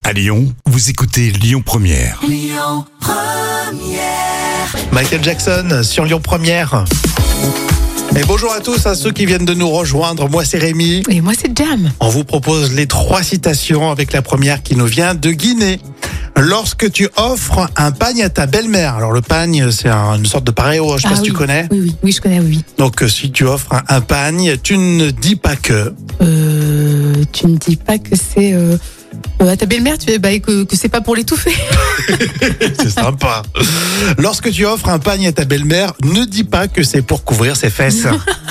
À Lyon, vous écoutez Lyon Première. Lyon Première. Michael Jackson sur Lyon Première. Et bonjour à tous, à ceux qui viennent de nous rejoindre. Moi, c'est Rémi. Et moi, c'est Jam. On vous propose les 3 citations avec la première qui nous vient de Guinée. Lorsque tu offres un pagne à ta belle-mère, alors le pagne, c'est une sorte de paréo, je sais pas si tu connais. Oui, je connais, oui. Donc, si tu offres un pagne, tu ne dis pas que. Tu ne dis pas que c'est à ta belle-mère, que c'est pas pour l'étouffer. C'est sympa. Lorsque tu offres un pagne à ta belle-mère, ne dis pas que c'est pour couvrir ses fesses.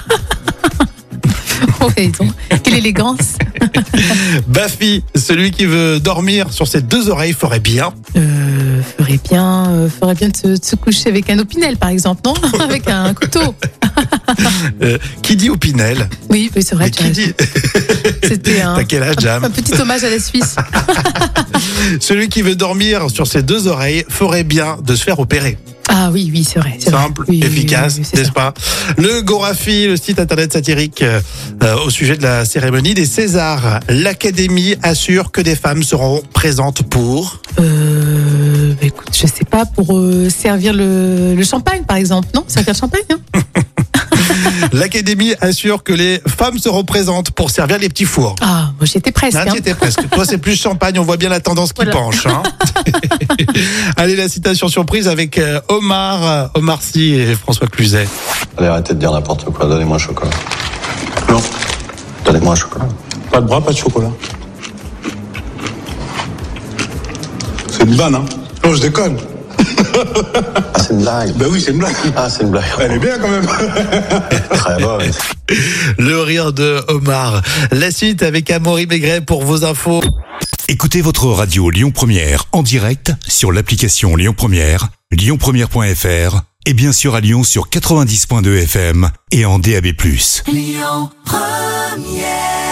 Ouais, donc, quelle élégance. Bafi, celui qui veut dormir sur ses 2 oreilles ferait bien. Ferait bien de se coucher avec un opinel, par exemple, non? Avec un couteau. Qui dit Opinel? Oui, c'est vrai. Mais qui dit? C'était T'as quel âge, Jam? un petit hommage à la Suisse. Celui qui veut dormir sur ses 2 oreilles ferait bien de se faire opérer. Ah oui, c'est vrai. Simple, Oui, efficace, oui, c'est n'est-ce ça. pas? Le Gorafi, le site internet satirique au sujet de la cérémonie des Césars. L'Académie assure que des femmes seront présentes pour... Écoute, je sais pas, pour servir le champagne, par exemple, non? Servir le champagne, hein? L'Académie assure que les femmes seront présentes pour servir les petits fours. Ah, moi j'étais presque. Ah, Hein. tu étais presque. Toi, c'est plus champagne. On voit bien la tendance qui Voilà. penche. Hein. Allez, la citation surprise avec Omar Sy et François Cluzet. Allez, arrêtez de dire n'importe quoi. Donnez-moi un chocolat. Non. Donnez-moi un chocolat. Pas de bras, pas de chocolat. C'est une vanne, hein? Non, je déconne. Ah, c'est une blague. Ben oui, c'est une blague. Ah, c'est une blague. Elle est bien quand même. Très bonne. Le rire de Omar. La suite avec Amaury Maigret pour vos infos. Écoutez votre radio Lyon Première en direct sur l'application Lyon Première, lyonpremière.fr et bien sûr à Lyon sur 90.2 FM et en DAB+. Lyon Première.